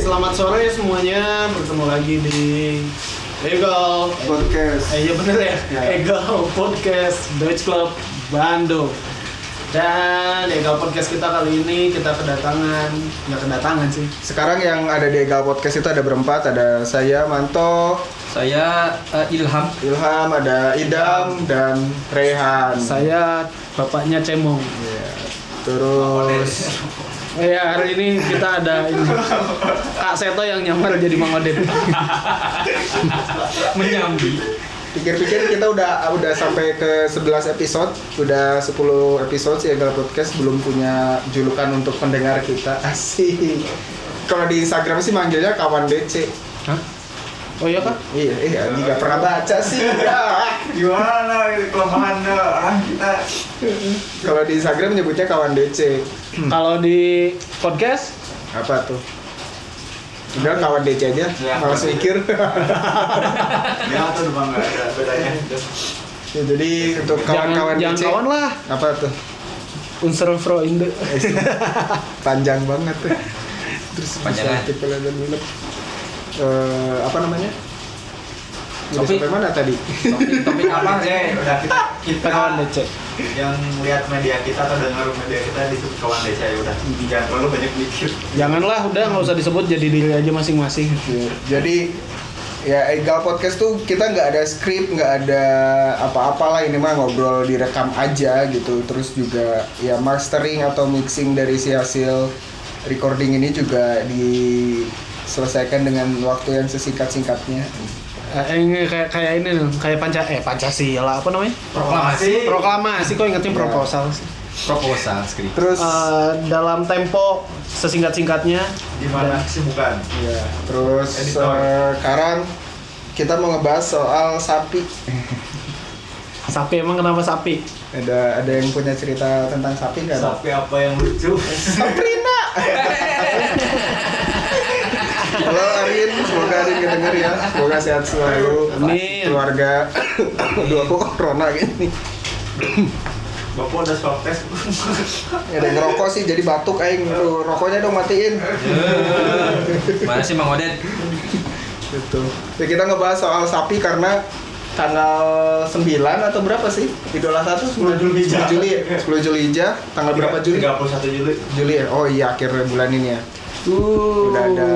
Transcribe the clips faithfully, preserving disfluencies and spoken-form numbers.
selamat sore semuanya. Bertemu lagi di Egal Podcast. Eh iya bener ya, ya. Egal Podcast Deutsche Club Bandung. Dan Egal Podcast kita kali ini kita kedatangan, nggak kedatangan sih. Sekarang yang ada di Egal Podcast itu ada berempat. Ada saya, Manto, Saya uh, Ilham. Ilham, ada Idam, dan Rehan. Saya bapaknya Cemong. Ya. Terus Ya hari ini kita ada ini Kak Seto yang nyamar jadi Mang Odet. Menyambi. pikir-pikir kita udah udah sampai ke sebelas episode, udah sepuluh episode sih Egal Podcast, belum punya julukan untuk pendengar kita. Asik. Kalau di Instagram sih manggilnya kawan D C. Hah? Oh iya Kak? Iya, iya, nggak pernah baca sih. Ya. Gimana kelemahannya ah, kita? Kalau di Instagram nyebutnya kawan D C. Kalau di podcast Apa tuh? Udah kawan D C aja, Ya, malas kawan mikir. Ya tuh memang nggak ada bedanya. Ya, jadi untuk kawan-kawan jangan, D C, jangan kawan lah. apa tuh? Unsur Freunde. Panjang banget tuh. Terus Panjangan. bisa tipe dan minum. Eh, apa namanya? Udah Topik. sampai mana tadi? Topik, topik apa? Eh, udah kita Kita kita kawan D C. yang lihat media kita atau dengar media kita disebut kawan desa ya udah. Jangan terlalu banyak mikir. Janganlah, udah nggak usah disebut, jadi diri aja masing-masing. Ya, jadi ya Egal Podcast tuh kita nggak ada skrip, nggak ada apa-apalah, ini mah ngobrol direkam aja gitu. Terus juga ya mastering atau mixing dari si hasil recording ini juga diselesaikan dengan waktu yang sesingkat-singkatnya. Eh, ini kayak kayak ini nih, kayak panca eh Pancasila apa namanya? Proklamasi. Proklamasi, kok ingetnya Ya. proposal sih. Proposal skrip. Terus Eh, dalam tempo sesingkat-singkatnya. Gimana Dan- kesibukan? ya, terus Editor. eh, sekarang kita mau ngebahas soal sapi. Sapi, emang kenapa sapi? Ada ada yang punya cerita tentang sapi nggak? Sapi apa yang lucu? Sabrina. Halo Arin, semoga Arin kedenger ya. Semoga sehat selalu. Amin. Keluarga. Aduh aku corona gini. Bapak udah swab test. Ada yang ngerokok sih jadi batuk aing. Aduh, rokoknya dong matiin. Mana sih Mang Odet? Gitu. Ya, kita ngebahas soal sapi karena tanggal sembilan atau berapa sih? Idul Adha tuh sepuluh Juli. sepuluh Juli. sepuluh Juli aja. Tanggal berapa Juli? tiga puluh satu Juli. Juli ya? Oh iya, akhir bulan ini ya. Uh. Udah ada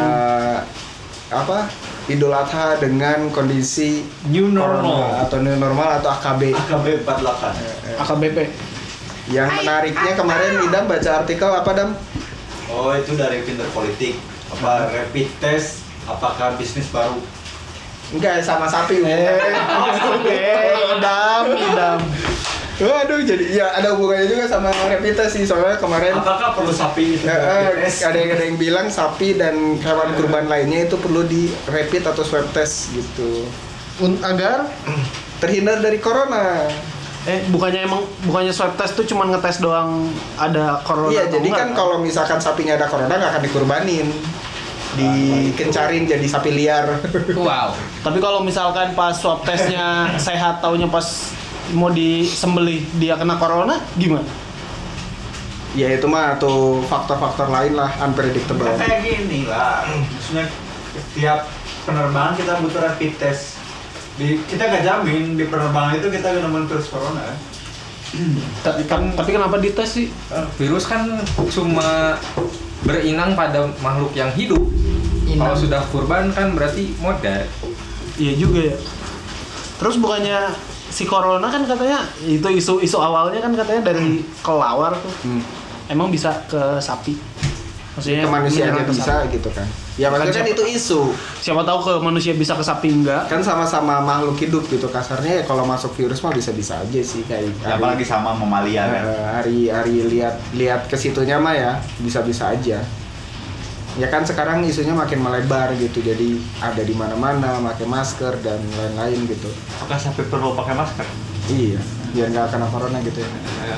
apa? Idul Adha dengan kondisi New corona normal. atau new normal atau A K B. A K B empat puluh delapan. A K B P. Yang menariknya kemarin Idam baca artikel apa Dam? Oh itu dari Pinter Politik. Apa rapid test? Apakah bisnis baru? Enggak, sama sapi. Eh, oke, idam, idam. Waduh, jadi ya ada hubungannya juga sama rapid test sih, soalnya kemarin Apakah perlu sapi itu? eh, rapid eh, test? ada yang ada yang bilang sapi dan hewan kurban lainnya itu perlu di rapid atau swab test gitu. Un- agar Terhindar dari corona. eh bukannya emang bukannya swab test tuh cuma ngetes doang ada corona Iya, atau jadi enggak, kan kalau misalkan sapinya ada corona nggak akan dikurbanin. Dikencarin jadi sapi liar. Wow. Tapi kalau misalkan pas swab testnya sehat, taunya pas mau disembelih dia kena corona, gimana? Ya itu mah tuh faktor-faktor lain lah, unpredictable. Kan kayak gini lah. Maksudnya setiap penerbangan kita butuh rapid test. Di, kita nggak jamin di penerbangan itu kita nemuin virus corona. Tapi kan tapi kenapa dites sih? Virus kan cuma berinang pada makhluk yang hidup. Kalau sudah kurban kan berarti modar. Iya juga ya. Terus bukannya si corona kan katanya itu isu-isu awalnya kan katanya dari kelawar tuh. Hmm. Emang bisa ke sapi. Maksudnya Ke manusia aja menyerang ke bisa sapi. gitu kan. Ya Kan maksudnya kan siapa- itu isu. Siapa tahu ke manusia bisa ke sapi enggak? Kan sama-sama makhluk hidup gitu kasarnya, ya kalau masuk virus mah bisa-bisa aja sih kayak Ya, apalagi sama mamalia kan. Eh, hari-hari lihat lihat ke situnya mah ya bisa-bisa aja. Ya kan sekarang isunya makin melebar gitu, jadi ada di mana-mana pakai masker dan lain-lain gitu. Apakah sapi perlu pakai masker? Iya, biar nggak kena corona gitu ya.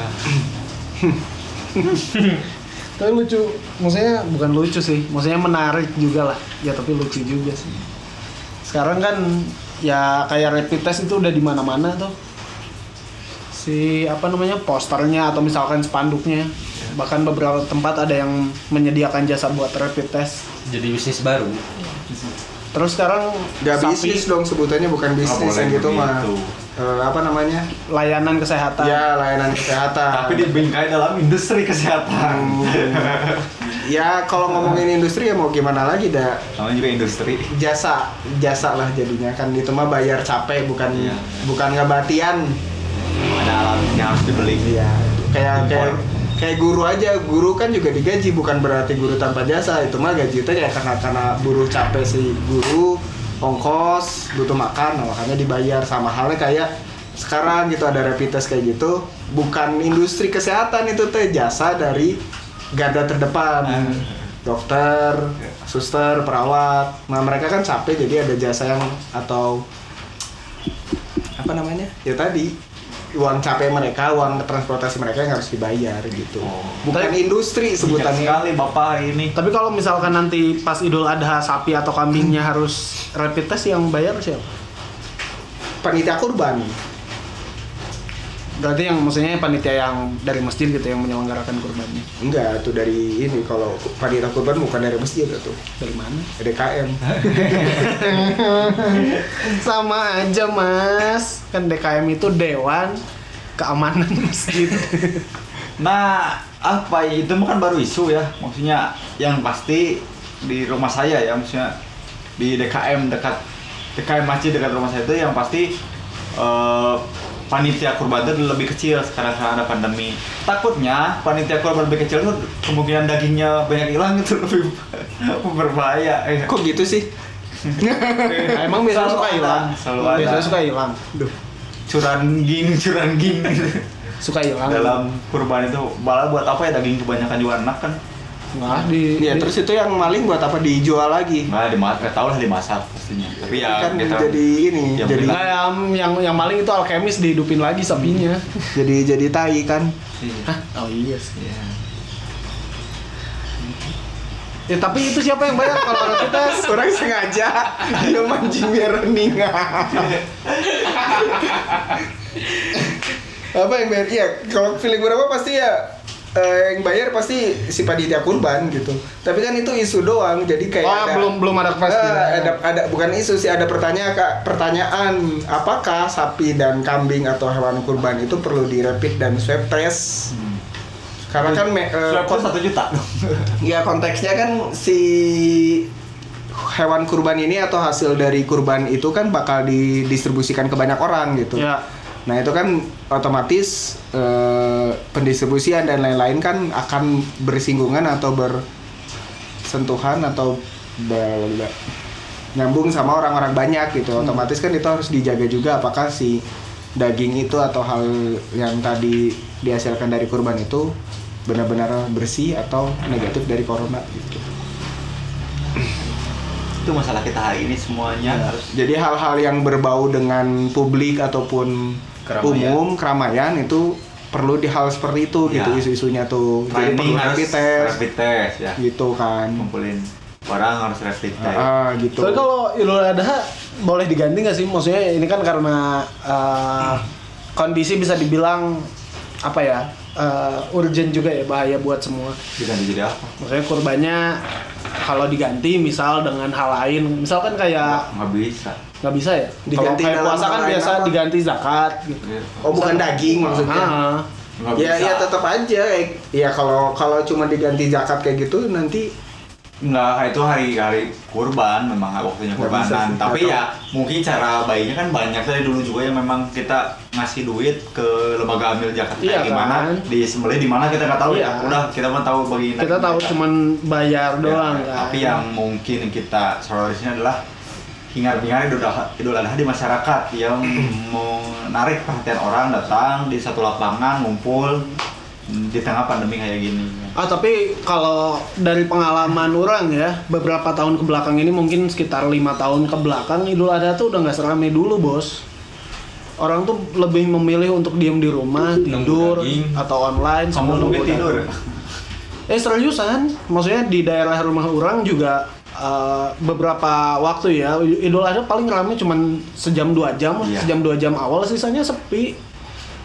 Tapi lucu, maksudnya bukan lucu sih, maksudnya menarik juga lah. Ya tapi lucu juga sih. Sekarang kan ya kayak rapid test itu udah di mana-mana tuh. Si apa namanya posternya atau misalkan spanduknya. Bahkan beberapa tempat ada yang menyediakan jasa buat rapid test. jadi bisnis baru. Terus sekarang Gak sapi, bisnis dong sebutannya, bukan bisnis boleh yang gitu mah. begitu. Eh, apa namanya? layanan kesehatan. Ya layanan kesehatan. Tapi dibingkai dalam industri kesehatan. Hmm. Ya kalau ngomongin industri ya mau gimana lagi dah. Namanya juga industri. Jasa, jasa lah jadinya kan itu mah bayar capek bukan Iya. bukan ngebatian. Ada alat yang harus dibeli. Iya. Kayak kayak Impor. kayak guru aja, guru kan juga digaji, bukan berarti guru tanpa jasa. Itu mah gaji itu ya karena karena buruh capek si guru, ongkos, butuh makan, nah, makanya dibayar. Sama halnya kayak sekarang gitu ada rapid test kayak gitu, bukan industri kesehatan itu teh, jasa dari garda terdepan. Hmm. Dokter, suster, perawat. Nah, mereka kan capek jadi ada jasa yang atau apa namanya? Ya tadi uang capek mereka, uang transportasi mereka yang harus dibayar gitu. Oh. Bukan Tapi- industri Bijak sebutannya. sekali Bapak hari ini. Tapi kalau misalkan nanti pas Idul Adha sapi atau kambingnya harus rapid test, yang bayar siapa? Panitia kurban. Berarti yang maksudnya panitia yang dari masjid gitu yang menyelenggarakan kurbannya. Enggak, tuh dari ini kalau panitia kurban bukan dari masjid tuh. Dari mana? D K M. Sama aja mas, kan D K M itu Dewan Keamanan Masjid. Nah, apa itu mah kan baru isu ya. Maksudnya yang pasti di rumah saya ya, maksudnya di D K M dekat D K M masjid dekat rumah saya itu yang pasti eh, panitia kurban itu lebih kecil sekarang karena ada pandemi. Takutnya panitia kurban lebih kecil itu kemungkinan dagingnya banyak hilang itu lebih berbahaya. Eh, Kok gitu sih? Nah, emang biasanya Selalu suka ada, hilang. selalu ada. Biasanya suka hilang. Duh. curangging curangging Suka hilang. dalam kurban itu malah buat apa ya daging kebanyakan juga enak kan? Nggak di. Ya di- terus itu yang maling buat apa dijual lagi? Nggak dimasak, nggak tahu lah dimasak pastinya. Tapi ya Kan kita jadi ini, yang jadi Nggak, yang yang yang maling itu alkemis dihidupin lagi sapinya. jadi jadi tai kan. Hah? Oh iya sih. Iya. Ya tapi itu siapa yang bayar kalau rapid test? Orang sengaja dia mancing biar running. Apa yang bayar? Iya, kalau feeling berapa pasti ya eh, yang bayar pasti si panitia kurban gitu. Tapi kan itu isu doang, jadi kayak Oh, ada, belum belum ada kepastian. Eh, ada ada bukan isu sih, ada pertanyaan Kak, pertanyaan apakah sapi dan kambing atau hewan kurban itu perlu di rapid dan swab test? Karena kan me, eh, Swab kon- satu juta dong. ya konteksnya kan si hewan kurban ini atau hasil dari kurban itu kan bakal didistribusikan ke banyak orang gitu. Ya. Nah itu kan otomatis eh, pendistribusian dan lain-lain kan akan bersinggungan atau bersentuhan atau ber- nyambung sama orang-orang banyak gitu. Otomatis kan itu harus dijaga juga apakah si daging itu atau hal yang tadi dihasilkan dari kurban itu benar-benar bersih atau negatif dari corona gitu. Itu masalah kita hari ini semuanya harus Jadi hal-hal yang berbau dengan publik ataupun Keramaian. umum, keramaian itu perlu di hal seperti itu gitu Ya. isu-isunya tuh. Jadi perlu training harus rapid test rapid test ya. gitu kan. Kumpulin orang harus rapid test. Ah gitu. Soalnya kalau Idul Adha boleh diganti nggak sih? Maksudnya ini kan karena uh, kondisi bisa dibilang apa ya, uh, urgent juga ya, bahaya buat semua. Diganti jadi apa? Maksudnya kurbannya kalau diganti misal dengan hal lain, misalkan kayak Nggak bisa. nggak bisa ya. Diganti Kalau kayak dalam puasa kan hal lain biasa apa? diganti zakat gitu. Oh bukan daging maksudnya. Ah, Nggak Ya bisa. ya tetap aja. eh, Ya kalau kalau cuma diganti zakat kayak gitu nanti Enggak, itu hari-hari kurban memang waktunya Nggak bisa kurbanan. sih, Tapi nggak ya mungkin cara bayinya kan banyak dari dulu juga yang memang kita ngasih duit ke lembaga amil zakat Iya kayak gimana, kan? disembelih di mana kita nggak tahu Iya. ya. Udah kita mah tahu bagian kita tahu cuman bayar doang Ya, kan. Tapi yang mungkin kita sorot di sini adalah hingar-bingar Idul Adha, Idul Adha di masyarakat yang menarik perhatian orang datang di satu lapangan ngumpul di tengah pandemi kayak gini. Ah tapi kalau dari pengalaman orang ya, beberapa tahun ke belakang ini mungkin sekitar lima tahun ke belakang Idul Adha tuh udah nggak seramai dulu bos. Orang tuh lebih memilih untuk diem di rumah, Nunggu tidur daging. atau online. Kamu sambil mungkin nunggu tidur. daging. Eh seriusan, maksudnya di daerah rumah orang juga eh, beberapa waktu ya Idul Adha paling ramai cuman sejam dua jam, Iya. sejam dua jam awal sisanya sepi.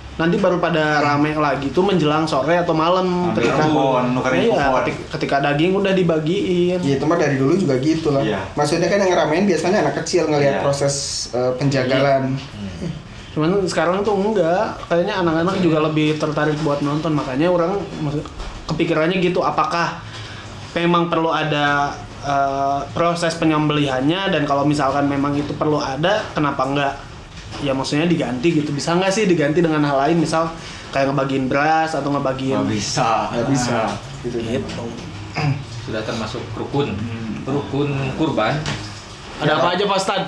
nanti baru pada rame lagi tuh menjelang sore atau malam Nah, ketika kupon, nukerin iya, kupon. ketika, ketika daging udah dibagiin. Ya itu mah dari dulu juga gitu lah. Iya. Maksudnya kan yang ngeramein biasanya anak kecil ngelihat Iya. proses uh, penjagalan. Cuman sekarang tuh enggak, kayaknya anak-anak juga lebih tertarik buat nonton, makanya orang maksud- kepikirannya gitu, apakah memang perlu ada uh, proses penyembelihannya, dan kalau misalkan memang itu perlu ada, kenapa enggak? Ya maksudnya diganti gitu, bisa nggak sih diganti dengan hal lain, misal kayak ngebagiin beras atau ngebagiin Nggak bisa. Nggak bisa. Gitu. gitu. Sudah termasuk rukun. Hmm. Rukun kurban. Ada apa aja Pak Ustad?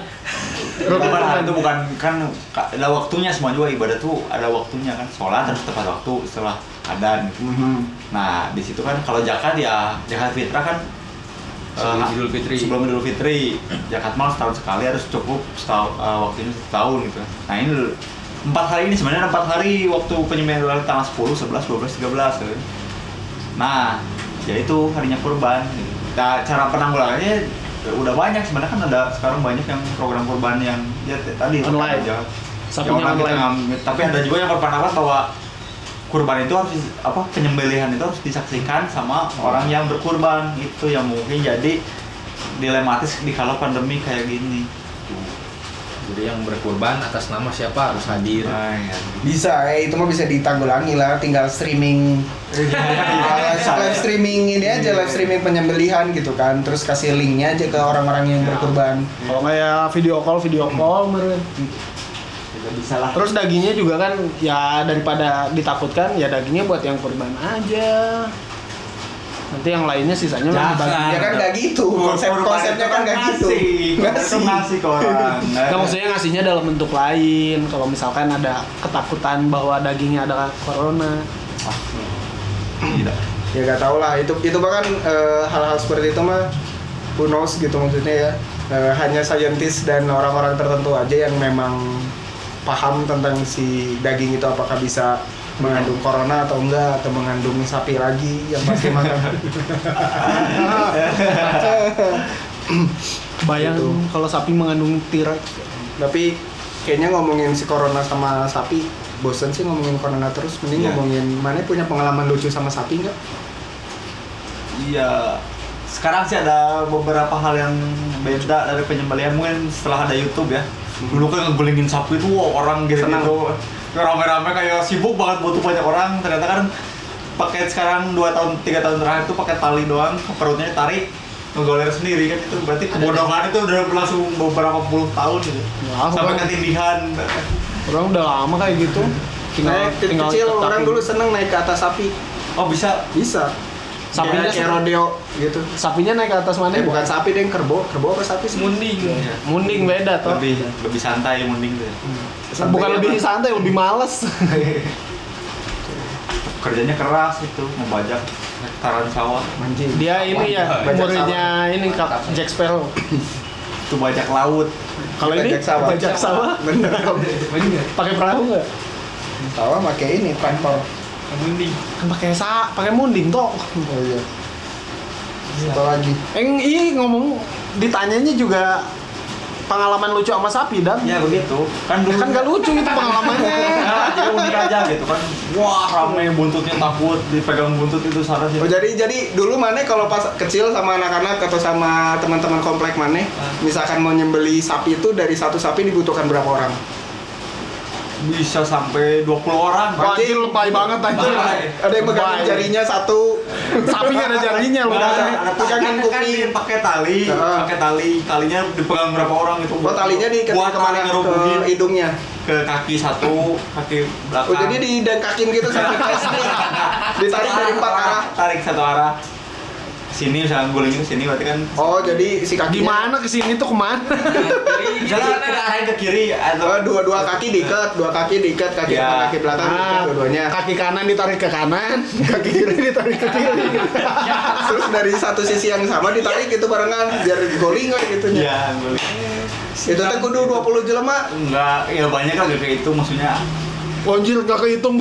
Kurban itu bukan kan ka- ada waktunya, semua juga ibadah tuh ada waktunya kan, sholat harus tepat waktu setelah adzan. Mhm. Nah di situ kan kalau zakat ya zakat fitrah kan Sebelum eh, Idul Fitri. sebelum Idul Fitri zakat mal setahun sekali harus cukup setahun, eh, waktunya setahun gitu. Nah ini dulu, empat hari ini sebenarnya empat hari waktu penyembelihan tanggal sepuluh, sebelas, dua belas, tiga belas gitu. Nah ya itu harinya kurban. Nah, cara penanggulangannya ya udah banyak sebenarnya, kan ada sekarang banyak yang program kurban yang ya t- tadi Online. aja. Sapinya Ya, orang kita online. ngam- tapi ada juga yang berpendapat bahwa kurban itu harus dis- apa penyembelihan itu harus disaksikan sama orang yang berkurban, itu yang mungkin jadi dilematis di kalau pandemi kayak gini. Jadi yang berkurban atas nama siapa harus hadir. Nah, ya. Bisa, ya itu mah bisa ditanggulangi lah, tinggal streaming. Ah, live streaming ini aja, live streaming penyembelihan gitu kan, terus kasih linknya aja ke orang-orang yang berkurban. Kalau kayak video call, video call meren. Tidak bisa lah. Terus dagingnya juga kan ya daripada ditakutkan ya dagingnya buat yang kurban aja. Nanti yang lainnya sisanya Jangan. dibagi. Ya kan nggak gitu, konsep konsepnya kan nggak gitu. Ngasih, ngasih ke orang. Nggak, maksudnya ngasihnya dalam bentuk lain. Kalau misalkan ada ketakutan bahwa dagingnya ada corona. Tidak. Ya nggak tahu lah, itu itu bahkan eh, hal-hal seperti itu mah who knows gitu maksudnya ya. Eh, hanya saintis dan orang-orang tertentu aja yang memang paham tentang si daging itu apakah bisa mengandung corona atau enggak, atau mengandung sapi lagi yang pasti makan. Bayang Gitu. kalau sapi mengandung T-Rex. Tapi kayaknya ngomongin si corona sama sapi bosen sih ngomongin corona terus, mending Iya. ngomongin mana punya pengalaman lucu sama sapi nggak? Iya. Sekarang sih ada beberapa hal yang beda dari penyembelihan, mungkin setelah ada YouTube ya. Dulu kan ngegulingin sapi itu wah, orang gitu-gitu rame-rame kayak sibuk banget butuh banyak orang. Ternyata kan pakai sekarang dua tahun tiga tahun terakhir itu pakai tali doang, ke perutnya tarik ngegoler sendiri kan, itu berarti kebodohan itu udah berlangsung beberapa puluh tahun gitu. Ya, Sampai orang- ketindihan. Orang udah lama kayak gitu. Tinggal Naik ke- tinggal kecil tetapi. orang dulu seneng naik ke atas sapi, Oh bisa. bisa. Sapinya Kayak- kayak rodeo gitu. Sapinya naik ke atas mana? Eh bukan sapi deh, kerbau, kerbau apa sapi sih? Munding. Iya. Munding beda toh. Lebih lebih santai mending tuh. Ya. Santai Bukan apa? lebih santai, lebih males. Kerjanya keras itu, membajak hektaran sawah. Anjing. Dia ini ya Bajak muridnya ini Kak Jack Sparrow. Itu bajak laut. Kalau ini Bajak sawah. bajak sawah. Bener. Pakai perahu nggak? Sawah pakai ini trampel. Munding. Kan pakai sa, pakai munding toh. Oh iya. Apa lagi? Eng iya ngomong ditanyanya juga pengalaman lucu sama sapi dan Ya begitu. Kan dulu kan gak lucu itu pengalamannya. Ya, jadi unik aja gitu kan. Wah, rame buntutnya takut dipegang buntut itu salah sih. Oh jadi jadi dulu mana kalau pas kecil sama anak-anak atau sama teman-teman komplek mana, misalkan mau nyembeli sapi itu dari satu sapi dibutuhkan berapa orang? Bisa sampai dua puluh orang. Wah, anjir lebay banget anjir. Lebay. Ada yang pegang Lebay. jarinya satu. Sapi gak ada jarinya loh. Nggak ada. Ada Pegangin tangan kan kuping. pakai tali, Heeh. pakai tali, talinya dipegang berapa orang itu. Oh talinya di ke buat kemana? tali Ke ngerubuhin hidungnya. ke kaki satu, kaki belakang. Oh jadi didengkakin gitu sampai ke sini. Ditarik dari empat arah. Tarik satu arah. Sini misalnya gulingin ke sini berarti kan. Oh jadi si kakinya. Gimana kesini tuh kemana? Misalnya kita arahin ke kiri atau Oh, dua-dua kaki diikat, dua kaki diikat, kaki Ya. depan, kaki belakang diikat Ah, dua-duanya. kaki kanan ditarik ke kanan, kaki kiri ditarik ke kiri. Terus dari satu sisi yang sama ditarik gitu barengan biar goling we gitu nya. Iya, guling. Itu teh kudu dua puluh jelema. Enggak, ya banyak lah kayak itu maksudnya. Anjir gak kehitung.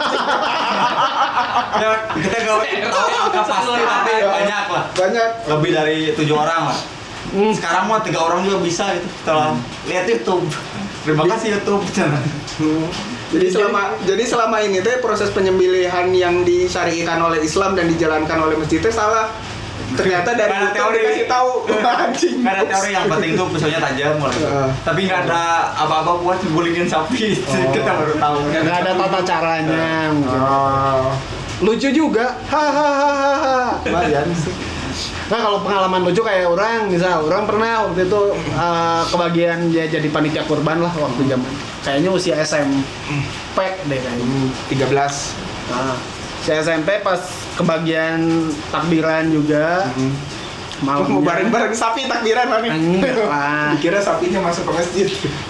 Ya, kita gak angka pasti tapi banyak lah. Banyak. Lebih dari tujuh orang lah. Hmm. Sekarang mah tiga orang juga bisa gitu setelah lihat YouTube. Terima kasih YouTube. Hmm. Jadi selama jadi selama ini teh proses penyembelihan yang disyariatkan oleh Islam dan dijalankan oleh masjid teh salah. Ternyata dari Karena YouTube teori. dikasih tahu. Anjing. Nggak ada teori yang penting tuh pisaunya tajam mulai. Heeh. Tapi nggak ada apa-apa buat ngulingin sapi. Kita baru tahu. Nggak ada tata caranya mungkin. Oh. Lucu juga, hahaha. Lumayan sih. Nah kalau pengalaman lucu kayak orang, misal orang pernah waktu itu uh, kebagian ya jadi panitia kurban lah waktu zaman. Kayaknya usia S M P deh kayaknya. tiga belas. Nah, usia S M P pas kebagian takbiran juga. Mau Malamnya. bareng-bareng sapi takbiran mana? Enggak lah. Dikira sapinya masuk ke masjid.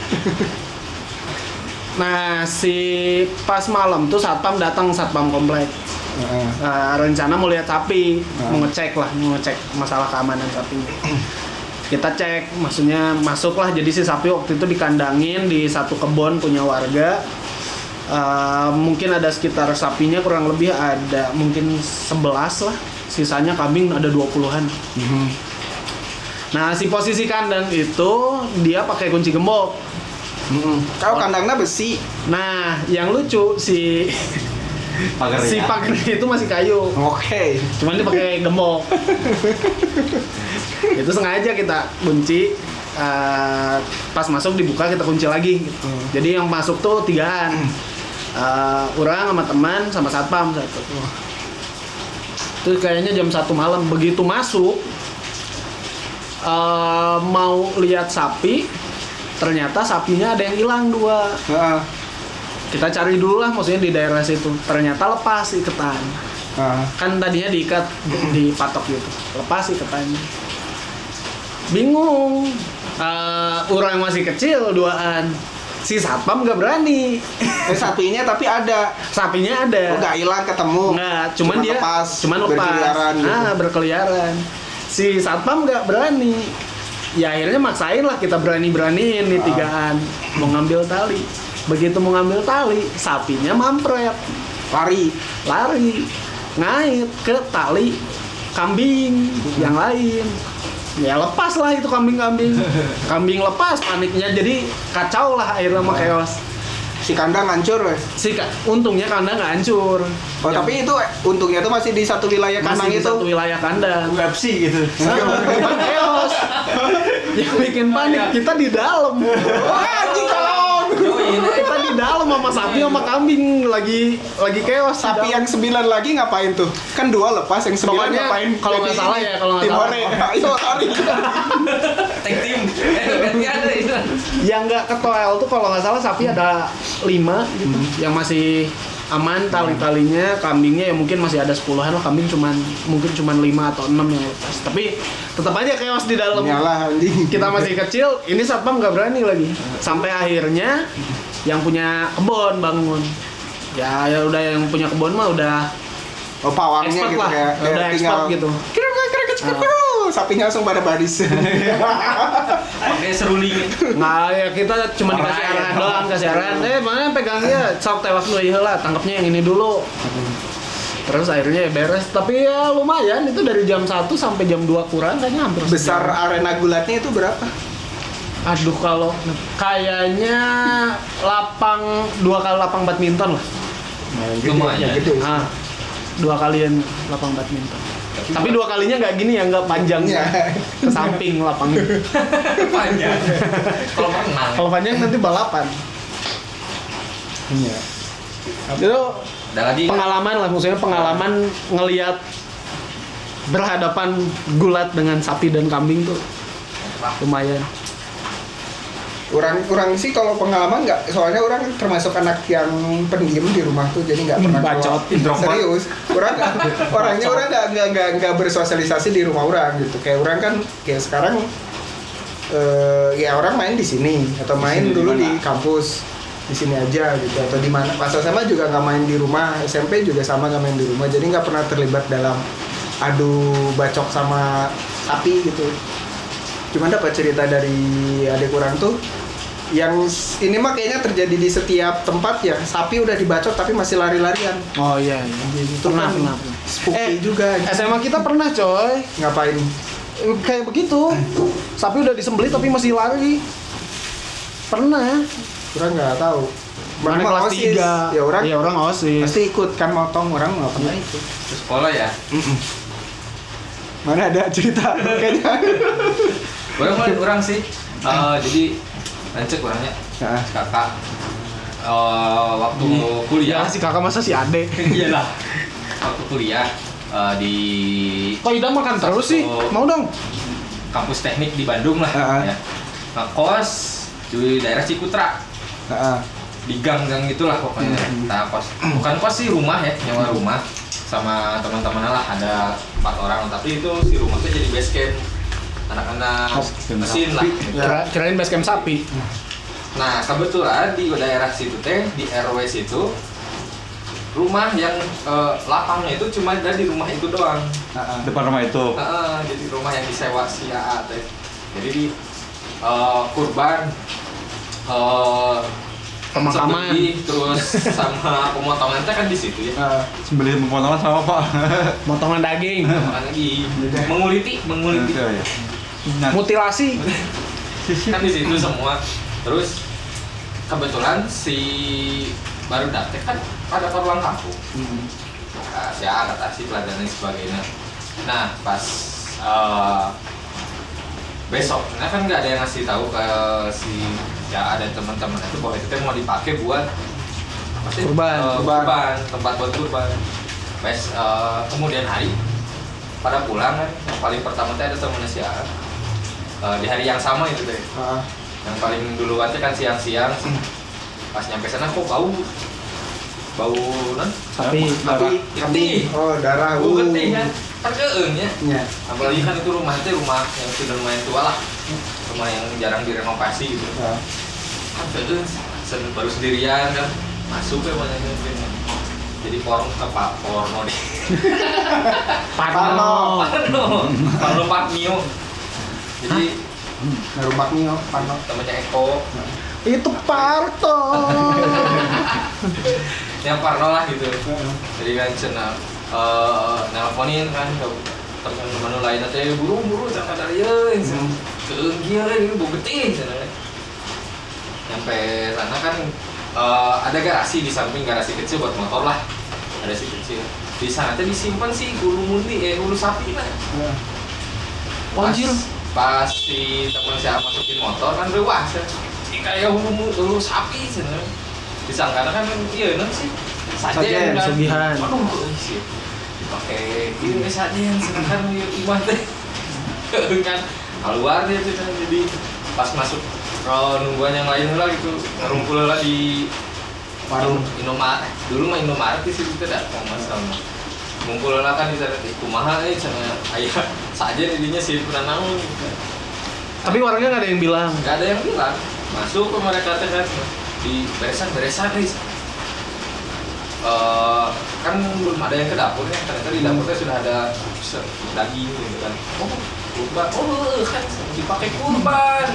Nah si pas malam tuh satpam datang, satpam komplek. Heeh. Uh, rencana mau lihat sapi, Hmm. mau ngecek lah, mau ngecek masalah keamanan sapinya. Kita cek, maksudnya masuk lah. Jadi si sapi waktu itu dikandangin di satu kebun punya warga. Uh, mungkin ada sekitar sapinya kurang lebih ada mungkin sebelas lah. Sisanya kambing ada dua puluhan. Nah si posisi kandang itu dia pakai kunci gembok. Kalau kandangnya besi. Nah yang lucu si Pagar si ya. pagarnya itu masih kayu. Oke. Cuman dia pakai gembok. Itu sengaja kita kunci, uh, pas masuk dibuka kita kunci lagi gitu. Jadi yang masuk tuh tigaan, uh, orang sama teman sama satpam satu. Itu kayaknya jam satu malam. Begitu masuk uh, mau lihat sapi, ternyata sapinya ada yang hilang dua. Heeh. Kita cari dulu lah, maksudnya di daerah situ. Ternyata lepas iketan. Heeh. Kan tadinya diikat di patok gitu, lepas iketannya. Bingung. Uh, orang masih kecil duaan. Si satpam nggak berani. Eh sapinya tapi ada. Sapinya ada. Oh, nggak hilang ketemu. Nggak, cuman, Cuman dia lepas, cuman lepas. berkeliaran gitu. Ah, berkeliaran. Si satpam nggak berani. Ya akhirnya maksain lah, kita berani-beraniin nih tigaan mau ngambil tali. Begitu mau ngambil tali, sapinya mampret, Lari. lari, ngait ke tali kambing yang lain. Ya lepas lah itu kambing-kambing. Kambing lepas, paniknya jadi kacau lah akhirnya mah chaos. Si kandang hancur weh. Si ka- untungnya kandang nggak hancur. Oh, Yang- tapi itu eh, untungnya tuh masih di satu wilayah kandang masih di itu. satu wilayah kandang. U F C gitu. Cuman chaos. Yang bikin panik kita di dalam. Wah, anjing kalau Join. Kita di dalam sama sapi sama kambing lagi lagi chaos. di sapi dalam. yang sembilan lagi ngapain tuh? Kan dua lepas, yang sembilan Pokoknya, ngapain? kalau nggak Jadi salah ya, kalau nggak tim salah. Hore. Ayo, sorry. Tag team. Eh, gantian deh itu. yang nggak ketoel tuh kalau nggak salah sapi ada lima gitu, yang masih aman tali-talinya. Kambingnya ya mungkin masih ada sepuluhan lah, kambing cuman mungkin cuman lima atau enam yang lepas. Tapi tetap aja chaos di dalam. Nyalah anjing. Kita masih kecil, ini satpam nggak berani lagi. Sampai akhirnya yang punya kebun bangun. Ya ya udah, yang punya kebun mah udah Oh, pawangnya expert gitu lah, kayak udah kayak expert gitu. Kira kira kira kira Ah. kira. Sapinya langsung pada baris. Pakai seruling. Nah ya kita cuma dikasih Alright. arahan doang, kasih arahan. Eh mana pegangnya, sok tewak dulu ya lah, tangkapnya yang ini dulu. Terus akhirnya ya beres. Tapi ya lumayan, itu dari jam satu sampai jam dua kurang kayaknya hampir Besar sejam. arena gulatnya itu berapa? Aduh kalau kayaknya lapang dua kali lapang badminton lah. Lumayan. Ya, gede. Ah, dua kalian lapang badminton. Tapi dua kalinya nggak gini ya, nggak panjang Iya. ke samping lapangnya. Panjang. Kalau renang. Kalau panjang nanti balapan. Iya. Itu Ada lagi. pengalaman lah, maksudnya pengalaman ngelihat berhadapan gulat dengan sapi dan kambing tuh lumayan. Orang orang sih kalau pengalaman nggak, soalnya orang termasuk anak yang pendiam di rumah tuh, jadi nggak pernah Bacot, keluar. introvert. Serius, orang nggak- orangnya orang nggak nggak nggak nggak bersosialisasi di rumah orang gitu. Kayak orang kan kayak sekarang eh, ya orang main di sini atau main sini di dulu mana? di kampus di sini aja gitu, atau di mana. Pas S M A juga nggak main di rumah, S M P juga sama nggak main di rumah, jadi nggak pernah terlibat dalam adu bacok sama sapi gitu. Cuman dapat cerita dari adik orang tuh, yang s- ini mah kayaknya terjadi di setiap tempat ya, sapi udah dibacok tapi masih lari-larian. Oh iya, iya. Itu Pernah, kan pernah, pernah. spooky Eh, juga. S M A kita pernah coy, Ngapain? Eh, kayak begitu. Sapi udah disembelih tapi masih lari. Pernah. Kurang nggak tahu. mana Mana kelas OSIS. tiga Ya orang ya orang osis pasti ikut kan motong orang nggak pernah ikut. Terus sekolah ya. Mana ada cerita kayaknya. Orang mulai orang sih. Eh, jadi lancet orangnya. Nah, Kakak eh, waktu kuliah. ya si kakak masa si ade Iyalah. Waktu kuliah eh, di kok Ida makan terus sih Oh. mau dong kampus teknik di Bandung lah. Ah, ah. Ya. Ngekos di daerah Cikutra. nah, Di gang-gang gitulah pokoknya. Nah, kos. Bukan kos sih, rumah ya, nyewa rumah sama teman-teman lah, ada empat orang, tapi itu si rumah tuh jadi base camp anak-anak mesin lah. Kira, kirain base camp sapi Nah, kebetulan di daerah situ teh, di R W situ rumah yang eh, lapangnya itu cuma ada di rumah itu doang. nah, Depan rumah itu. Heeh, jadi rumah yang disewa si A A teh. Jadi di eh, kurban eh Pemakaman. sembelih, terus sama pemotongan teh kan di situ ya. nah. Sembelih pemotongan sama Pak. motongan daging Makan lagi menguliti, menguliti. Iya, iya. Ingat. mutilasi Kan di situ semua. Terus kebetulan si baru teh kan pada pulang kampung. Nah, si A kata si pelajaran dan sebagainya. Nah, pas eh, besok, nah kan nggak ada yang ngasih tahu ke si ya ada teman-teman itu bahwa itu teh mau dipakai buat pasti, Kurban. eh, Kurban. kurban, tempat buat kurban. Pas eh, kemudian hari pada pulang kan, yang paling pertama teh ada temennya si A. Eh, di hari yang sama itu teh, Nah, yang paling duluan teh kan siang-siang. Pas nyampe sana kok bau, bau non, sapi tapi getih, oh darah. bau uh. getih kan, kan keeng ya. Ya. Apalagi kan itu rumah itu rumah yang sudah lumayan tua lah, rumah yang jarang direnovasi gitu. Nah, Kan keeng, sen- baru sendirian kan, masuk ya banyak yang jadi porno apa porno deh. Parno Porno, porno Patmio. Jadi Ngerumbak nih, oh, Pano. temennya Eko, itu Parto yang Parno lah gitu. Jadi kan cina eh nelponin kan ke teman-teman lain teh buru-buru jangan dari ya, keeng kieu ini bau getih cenah. Nyampe sana kan eh, ada garasi di samping, garasi kecil buat motor lah, garasi kecil. Di sana teh disimpan sih ulu mundi eh ulu sapi lah. Pas, Anjir. pas si teman saya masukin motor kan rewah sih. Kayak ulu ulu sapi cenah. Disangka kan iya non sih. Sajen, Sajen kan. sugihan. Aduh, sih. Dipakai ini sajen sedangkan imah teh. Kan keluar dia tuh kan. Jadi pas masuk kalau nungguan yang lain lah gitu ngumpul lah di Warung. Indomaret. Dulu mah Indomaret di situ tidak mau masalah. Ngumpul lah kan di sana di kumaha eh cenah aya sajen intinya sih pernah naon gitu. tapi warga nggak ada yang bilang Gak ada yang bilang masuk ke mereka teh kan di beresan beresan nih. Eh, kan belum ada yang ke dapur ya, ternyata di dapurnya sudah ada se- daging gitu kan. Oh, kurban, oh kan dipakai kurban.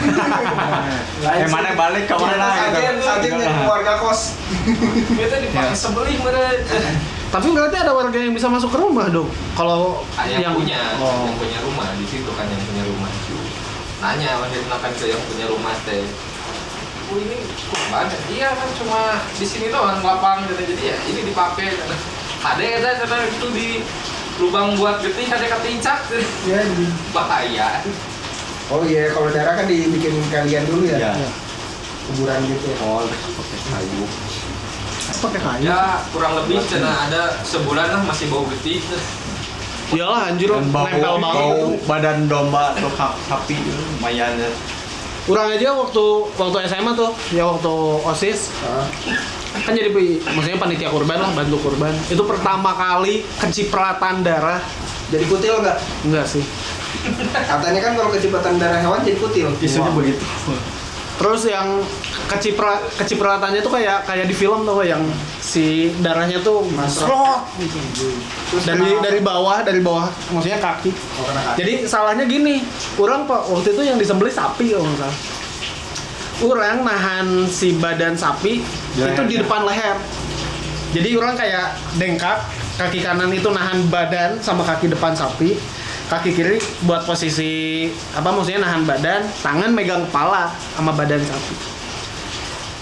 Eh mana balik ke mana gitu. Sajen, sajen yang keluarga kos. Kita dipakai sembelih mereka. tapi berarti ada warga yang bisa masuk ke rumah dong kalau Yang, punya, oh. yang punya rumah di situ kan yang punya rumah itu. Nanya masih kenakan ke yang punya rumah teh. Oh ini kurban, iya kan cuma di sini doang lapang gitu jadi ya ini dipakai. Ada ada ada itu di lubang buat getih ada ketincak Ya, di- bahaya. oh iya, kalau darah kan dibikin kalian dulu ya. Iya. Kuburan gitu. Oh, pakai kayu. pakai kayu Ya kurang lebih cina ada sebulan lah masih bau getih. iyalah anjir Dan bau, nempel banget bau itu. badan domba atau ka- sapi itu lumayan ya. Kurang aja waktu waktu S M A tuh ya waktu OSIS Ah, kan jadi pi- maksudnya panitia kurban lah bantu kurban itu pertama kali kecipratan darah jadi kutil nggak? enggak sih Katanya kan kalau kecipratan darah hewan jadi kutil. Isunya Wah. begitu. terus yang kecipra kecipratannya tuh kayak kayak di film tuh yang si darahnya tuh Masuk. slot Terus dari kena- dari bawah dari bawah maksudnya kaki Oh, kena kaki. jadi salahnya gini orang pak waktu itu yang disembelih sapi kalau nggak salah orang nahan si badan sapi Di itu di lehernya. depan leher jadi orang kayak dengkak kaki kanan itu nahan badan sama kaki depan sapi kaki kiri buat posisi apa maksudnya nahan badan tangan megang kepala sama badan sapi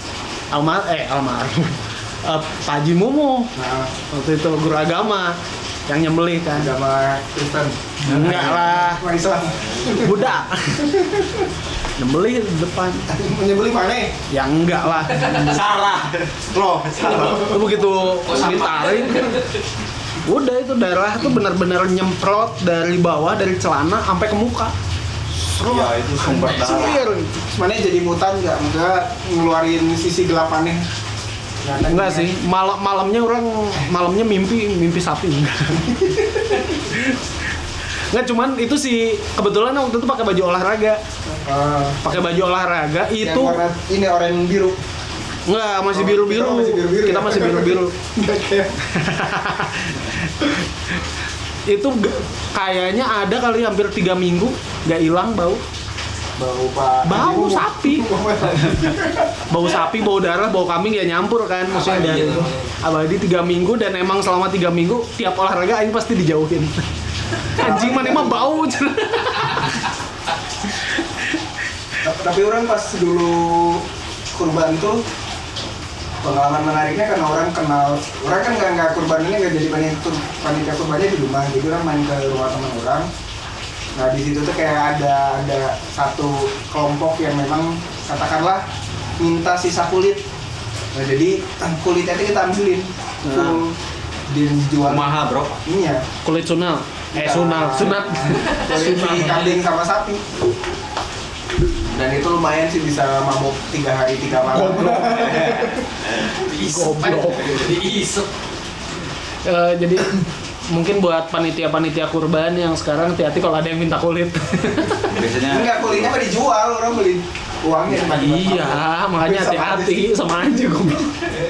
Almar eh almarhum uh, Pak Haji Mumu Nah, waktu itu guru agama yang nyembelih kan. agama Kristen. Enggak lah, Agama Islam. Buddha. Nyembelih di depan. Menyembelih mana? Ya enggak lah. Salah. Loh, salah. Itu begitu ditarik. Udah itu darah tuh benar-benar nyemprot dari bawah dari celana sampai ke muka. Ya itu sumber darah. Clear. Sebenarnya jadi mutan nggak? Enggak ngeluarin sisi gelapannya. Nggak ada Enggak juga. sih, malam malamnya orang malamnya mimpi mimpi sapi enggak. Enggak cuman itu sih kebetulan waktu itu pakai baju olahraga. Ah, Pakai baju olahraga yang itu warna ini oranye biru. enggak masih Oh, biru-biru. kita masih biru-biru Kita ya? masih biru-biru. Nggak kayak Itu ge- kayaknya ada kali hampir tiga minggu nggak hilang bau. bau pak. Bau sapi. Bau sapi, bau darah, bau kambing ya nyampur kan. Maksudnya Abadi dari gitu. abadi tiga minggu dan emang selama tiga minggu tiap olahraga aing pasti dijauhin. Anjing mana emang bau. Tapi orang pas dulu kurban tuh pengalaman menariknya karena orang kenal, orang kan nggak nggak kurban ini nggak jadi panitia panitia kurbannya di rumah, jadi orang main ke rumah teman orang. Nah di situ tuh kayak ada ada satu kelompok yang memang katakanlah minta sisa kulit. Nah jadi kulitnya itu kita ambilin full dijual. Kumaha, Bro? Iya. Kulit sunal. Eh sunal, sunat. Kulit si kambing sama sapi. Dan itu lumayan sih bisa mabuk tiga hari tiga malam. Diisep. Goblok. Diisep. Eh, jadi mungkin buat panitia-panitia kurban yang sekarang hati-hati kalau ada yang minta kulit. Biasanya Enggak, kulitnya mah dijual, orang beli uangnya cuma Iya, makanya hati-hati sama aja goblok.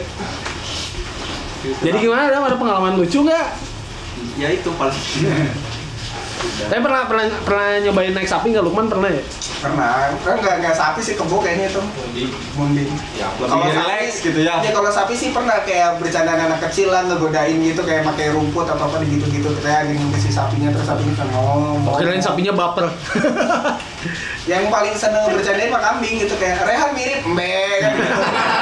Jadi gimana? Ada ada pengalaman lucu nggak? ya itu paling Tapi pernah pernah pernah nyobain naik sapi nggak Lukman pernah ya? Pernah, kan nggak nggak sapi sih kebo kayaknya itu. Di Munding. ya Kalau lebih sapi- relax gitu ya. Ya kalau sapi sih pernah kayak bercanda anak kecilan ngegodain gitu kayak pakai rumput atau apa gitu-gitu kayak gini si sapinya terus sapinya kan ngomong. Oh, kirain sapinya baper. Yang paling seneng bercandain mah kambing gitu kayak Rehan mirip mbe kan gitu.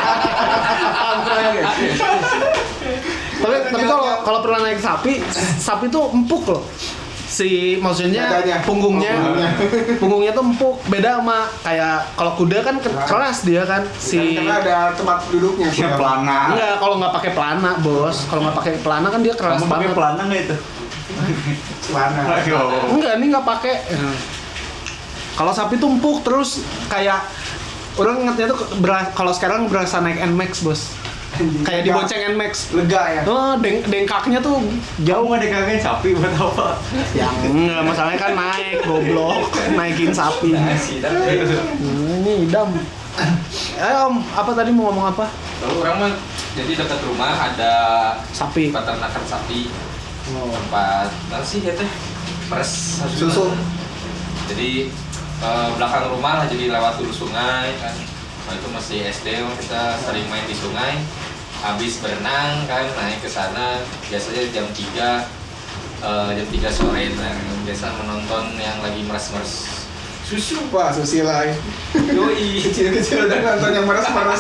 tapi tapi kalau kalau pernah naik sapi, sapi tuh empuk loh. Si maksudnya Dadanya. punggungnya, Oh, punggungnya. punggungnya tuh empuk. Beda sama kayak kalau kuda kan ke- keras dia kan. Si Karena ada tempat duduknya. Ya kuda. pelana. enggak kalau nggak pakai pelana bos. Kalau nggak pakai pelana kan dia keras Kamu pakai banget. pelana nggak itu? Celana. Ayo. Enggak, ini nggak pakai. Kalau sapi tuh empuk terus kayak orang ingatnya tuh beras, kalau sekarang berasa naik Nmax bos. Kayak di bonceng Nmax. Lega ya. Oh, deng dengkaknya tuh Jauh jauh. nggak dikagain sapi buat apa? Yang enggak, masalahnya kan naik goblok, naikin sapi. nasi tapi Hmm, ini idam. Eh om, apa tadi mau ngomong apa? kalau orang mah jadi dekat rumah ada Sapi. peternakan sapi Oh. tempat mana sih ya teh pers Susu. jadi eh, belakang rumah lah jadi lewat dulu sungai kan. Nah, itu masih S D kita sering main di sungai, habis berenang kan naik ke sana biasanya jam tiga eh, jam tiga sore nah, biasa menonton yang lagi meres-meres susu. Wah, susila ya. Yoi. Kecil-kecil udah nonton yang meres-meres.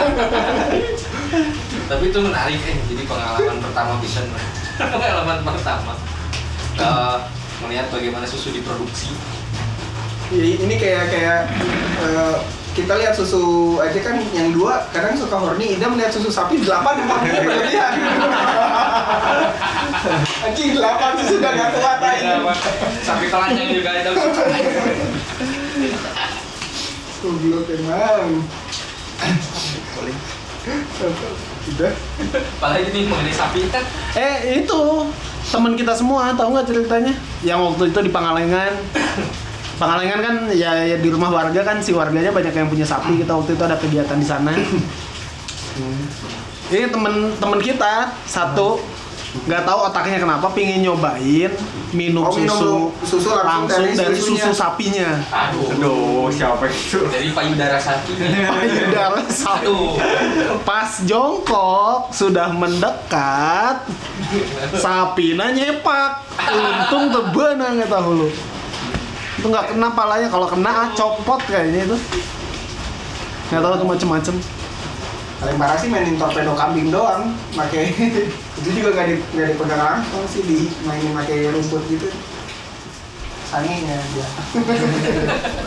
Tapi itu menarik eh jadi pengalaman pertama bisa pengalaman pertama Eh, melihat bagaimana susu diproduksi. Ya, ini kayak kayak eh, kita lihat susu aja kan yang dua kadang suka horny, Ida melihat susu sapi delapan horny berlebihan. Anjing delapan susu udah gak kuat aja. Sapi telanjang juga itu. Goblok emang. Udah. Apalagi nih mengenai sapi kan. Eh itu teman kita semua tahu nggak ceritanya? Yang waktu itu di Pangalengan. Pangalengan kan ya, ya di rumah warga kan si warganya banyak yang punya sapi. Kita waktu itu ada kegiatan di sana. Ini temen-temen kita satu nggak tahu otaknya kenapa pingin nyobain minum Oh, minum susu, susu langsung dari dari susunya. susu sapinya. Aduh. Aduh, siapa itu? Dari payudara sapi. Payudara sapi. Aduh. Pas jongkok sudah mendekat, sapinya nyepak. Untung tebenang nggak tahu lu. Itu nggak kena palanya, kalau kena ah, copot kayaknya itu. Nggak tahu tuh macem-macem. paling parah sih mainin torpedo kambing doang, pakai itu juga nggak di nggak dipegang langsung sih, dimainin pakai rumput gitu, sanginya dia.